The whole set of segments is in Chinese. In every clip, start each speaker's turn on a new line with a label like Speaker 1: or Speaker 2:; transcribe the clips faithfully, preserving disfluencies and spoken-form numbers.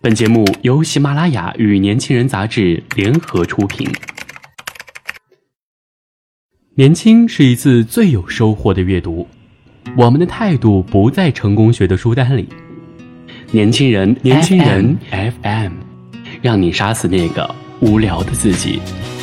Speaker 1: 本节目由喜马拉雅与年轻人杂志联合出品。年轻是一次最有收获的阅读，我们的态度不在成功学的书单里。年轻人，年轻人 F M， 让你杀死那个无聊的自己。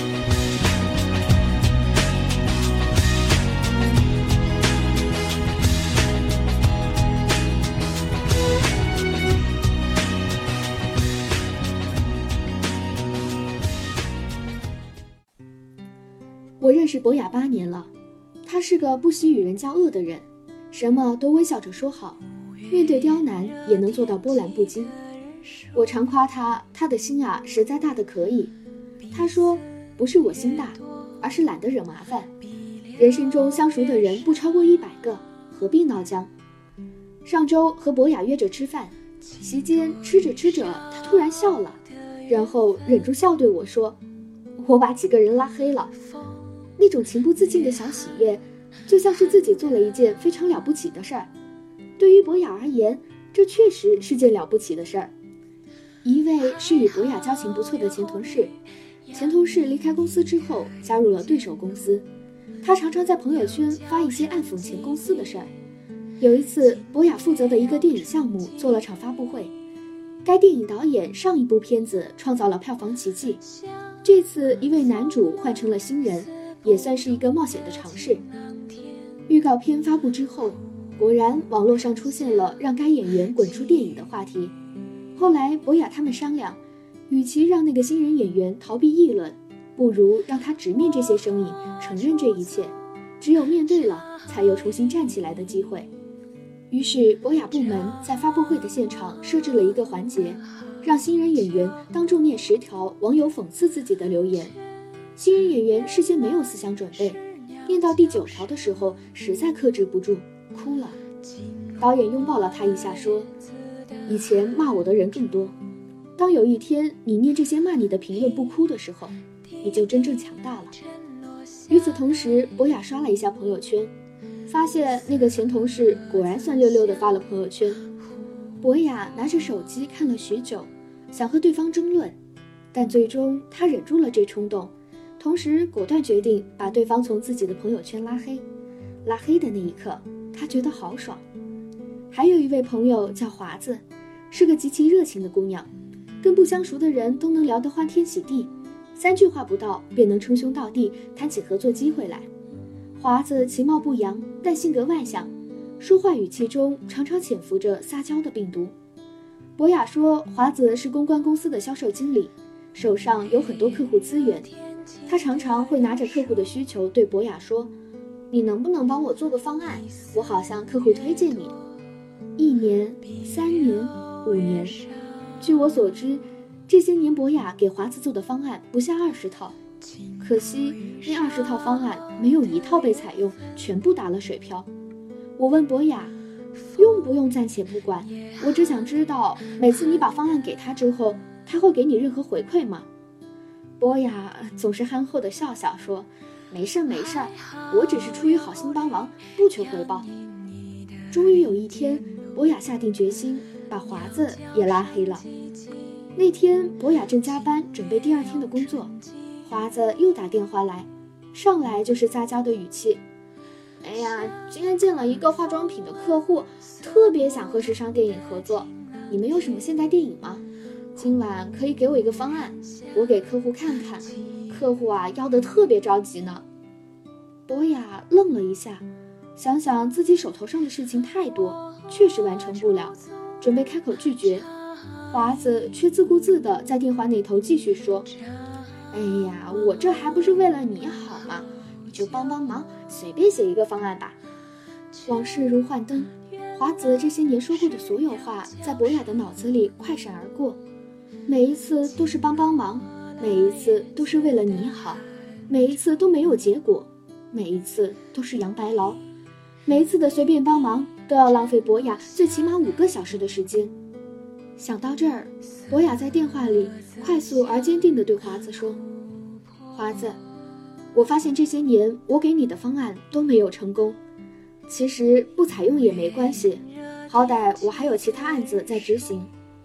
Speaker 2: 我认识博雅八年了，他是个不惜与人交恶的人，什么都微笑着说好，面对刁难也能做到波澜不惊。我常夸他，他的心啊实在大得可以。他说，不是我心大，而是懒得惹麻烦。人生中相熟的人不超过一百个，何必闹僵？上周和博雅约着吃饭，席间吃着吃着，他突然笑了，然后忍住笑对我说，我把几个人拉黑了。那种情不自禁的小喜悦，就像是自己做了一件非常了不起的事儿。对于博雅而言，这确实是件了不起的事儿。一位是与博雅交情不错的前同事，前同事离开公司之后加入了对手公司，他常常在朋友圈发一些暗讽前公司的事儿。有一次，博雅负责的一个电影项目做了场发布会，该电影导演上一部片子创造了票房奇迹，这次一位男主换成了新人，也算是一个冒险的尝试。预告片发布之后，果然网络上出现了让该演员滚出电影的话题。后来博雅他们商量，与其让那个新人演员逃避议论，不如让他直面这些声音，承认这一切，只有面对了，才有重新站起来的机会。于是博雅部门在发布会的现场设置了一个环节，让新人演员当众念十条网友讽刺自己的留言。新人演员事先没有思想准备，念到第九条的时候实在克制不住，哭了。导演拥抱了他一下，说，以前骂我的人更多，当有一天你念这些骂你的评论不哭的时候，你就真正强大了。与此同时，博雅刷了一下朋友圈，发现那个前同事果然酸溜溜地发了朋友圈。博雅拿着手机看了许久，想和对方争论，但最终他忍住了这冲动，同时果断决定把对方从自己的朋友圈拉黑。拉黑的那一刻，他觉得好爽。还有一位朋友叫华子，是个极其热情的姑娘，跟不相熟的人都能聊得欢天喜地，三句话不到便能称兄道弟，谈起合作机会来。华子其貌不扬，但性格外向，说话语气中常常潜伏着撒娇的病毒。博雅说，华子是公关公司的销售经理，手上有很多客户资源，他常常会拿着客户的需求对博雅说，你能不能帮我做个方案，我好向客户推荐你。一年、三年、五年，据我所知，这些年博雅给华子做的方案不下二十套，可惜那二十套方案没有一套被采用，全部打了水漂。我问博雅，用不用暂且不管，我只想知道，每次你把方案给他之后，他会给你任何回馈吗？博雅总是憨厚地笑笑说，没事没事，我只是出于好心帮忙，不求回报。终于有一天，博雅下定决心把华子也拉黑了。那天博雅正加班准备第二天的工作，华子又打电话来，上来就是撒娇的语气，哎呀，今天见了一个化妆品的客户，特别想和时尚电影合作，你们有什么现代电影吗？今晚可以给我一个方案，我给客户看看，客户啊要得特别着急呢。博雅愣了一下，想想自己手头上的事情太多，确实完成不了，准备开口拒绝。华子却自顾自地在电话那头继续说，哎呀，我这还不是为了你好吗？你就帮帮忙，随便写一个方案吧。往事如幻灯，华子这些年说过的所有话在博雅的脑子里快闪而过，每一次都是帮帮忙，每一次都是为了你好，每一次都没有结果，每一次都是杨白劳，每一次的随便帮忙都要浪费博雅最起码五个小时的时间。想到这儿，博雅在电话里快速而坚定地对华子说，华子，我发现这些年我给你的方案都没有成功，其实不采用也没关系，好歹我还有其他案子在执行。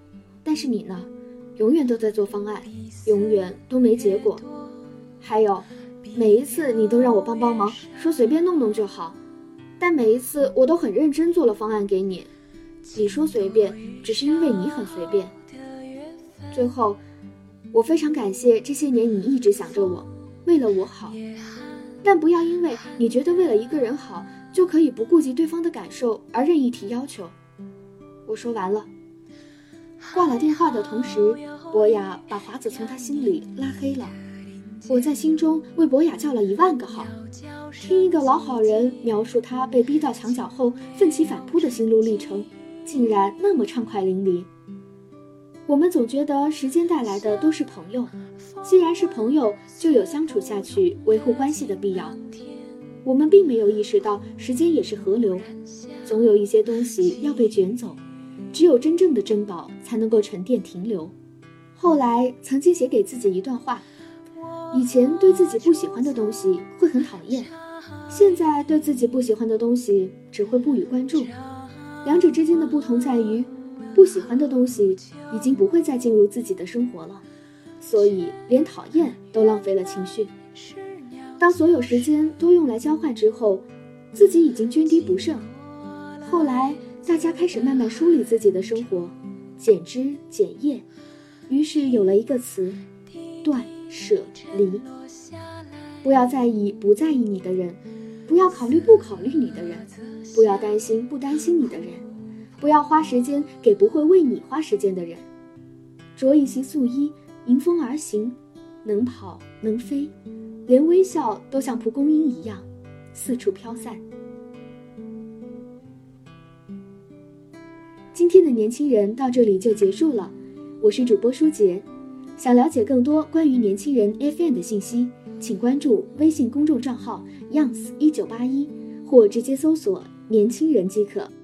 Speaker 2: 但是你呢，永远都在做方案，永远都没结果。还有，每一次你都让我帮帮忙，说随便弄弄就好，但每一次我都很认真做了方案给你，你说随便，只是因为你很随便。最后，我非常感谢这些年你一直想着我，为了我好，但不要因为你觉得为了一个人好，就可以不顾及对方的感受而任意提要求。我说完了。挂了电话的同时，博雅把华子从他心里拉黑了。我在心中为博雅叫了一万个好，听一个老好人描述他被逼到墙角后奋起反扑的心路历程，竟然那么畅快淋漓。我们总觉得时间带来的都是朋友，既然是朋友，就有相处下去维护关系的必要。我们并没有意识到时间也是河流，总有一些东西要被卷走，只有真正的珍宝才能够沉淀停留。后来曾经写给自己一段话，以前对自己不喜欢的东西会很讨厌，现在对自己不喜欢的东西只会不予关注。两者之间的不同在于，不喜欢的东西已经不会再进入自己的生活了，所以连讨厌都浪费了情绪。当所有时间都用来交换之后，自己已经涓滴不剩。后来大家开始慢慢梳理自己的生活，减枝减叶，于是有了一个词：断舍离。不要在意不在意你的人，不要考虑不考虑你的人，不要担心不担心你的人，不要花时间给不会为你花时间的人。着一袭素衣，迎风而行，能跑能飞，连微笑都像蒲公英一样四处飘散。今天的年轻人到这里就结束了，我是主播舒洁。想了解更多关于年轻人 F M 的信息，请关注微信公众账号 Youngs 一九八一，或直接搜索年轻人即可。